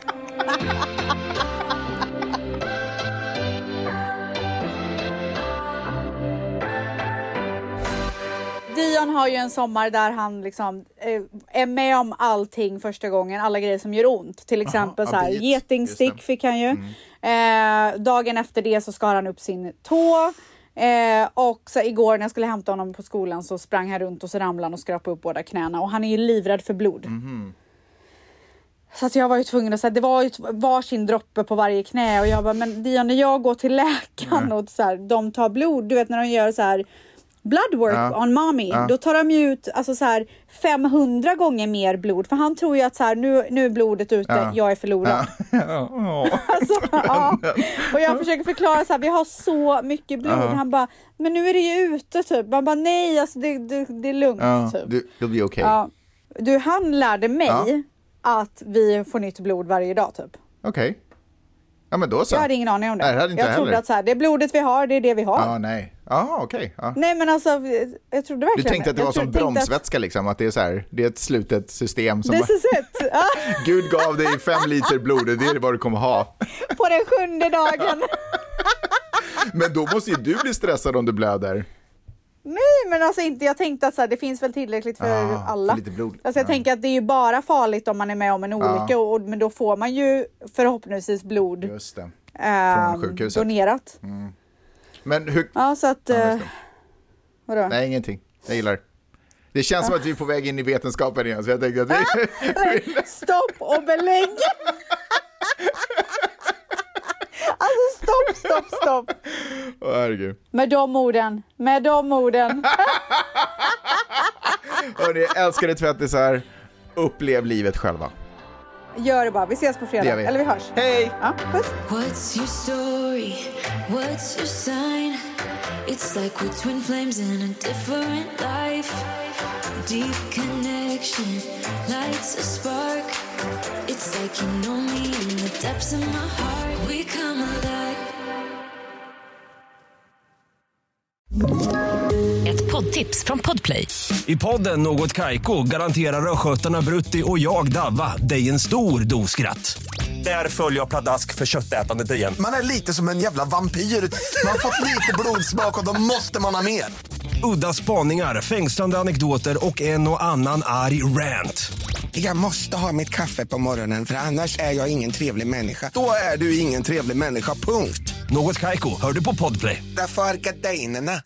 Dion har ju en sommar där han liksom eh, är med om allting första gången, alla grejer som gör ont. Till exempel Aha, så här, getingstick fick han ju. Mm. Eh, dagen efter det så skar han upp sin tå. Eh, och så igår när jag skulle hämta honom på skolan så sprang han runt och så ramlade han och skrapade upp båda knäna. Och han är ju livrädd för blod. Mm. Så att jag var ju tvungen att säga, det var ju varsin droppe på varje knä. Och jag bara, men Dion, när jag går till läkaren mm. och så här, de tar blod, du vet när de gör så här blood work ja. on mommy, ja. då tar de ju ut alltså så här femhundra gånger mer blod. För han tror ju att så här, nu, nu är blodet ute, ja. jag är förlorad. Ja. Ja. alltså, ja. Och jag försöker förklara så här, vi har så mycket blod. Ja. Han bara, men nu är det ju ute typ. Man bara, nej, alltså det, det, det är lugnt ja. typ. Du, you'll be okay. Ja. Du, han lärde mig ja. att vi får nytt blod varje dag typ. Okej. Okay. Ja, men då så. Jag hade ingen aning om det. Nej, det hade inte jag jag trodde heller. att så här, det är blodet vi har, det är det vi har. Ja, nej. Ja, okej. Okay. Ja. Nej, men alltså, jag trodde verkligen Du tänkte att det jag var som bromsvätska att... liksom, att det är så här, det är ett slutet system som... This is it. Gud gav dig fem liter blod, det är vad du kommer ha. På den sjunde dagen. Men då måste ju du bli stressad om du blöder. Nej, men alltså inte, jag tänkte att så här, det finns väl tillräckligt för ah, alla. För lite blod. Alltså jag ja. tänker att det är ju bara farligt om man är med om en olycka, ja. och, men då får man ju förhoppningsvis blod. Just det. Från eh, sjukhuset. Donerat. Mm. Men hur... Ja, så att... Ja, eh, vadå? Nej, ingenting. Jag gillar det. Det känns ja. som att vi är på väg in i vetenskapen igen, så jag tänkte att vi... Stopp och belägg! Alltså stopp, stopp, stopp. Åh, herregud. Med de orden, med de orden. Hörrni, älskade tvättisar, upplev livet själva. Gör det bara, vi ses på fredag. Vi. Eller vi hörs. Hej! Ja, puss. What's your story? What's your sign? It's like we're twin flames in a different life. Deep connection lights a spark. It's like you know me in the depths of my heart. We come alive. Ett poddtips från Podplay. I podden Något Kaiko garanterar röskötarna Brutti och jag Davva dig en stor doskratt. Där följer jag pladask för köttätandet igen. Man är lite som en jävla vampyr. Man har fått lite blodsmak och då måste man ha mer. Udda spaningar, fängslande anekdoter och en och annan arg rant. Jag måste ha mitt kaffe på morgonen, för annars är jag ingen trevlig människa. Då är du ingen trevlig människa, punkt. Något Kaiko, hör du på Podplay. Därför är gardinerna.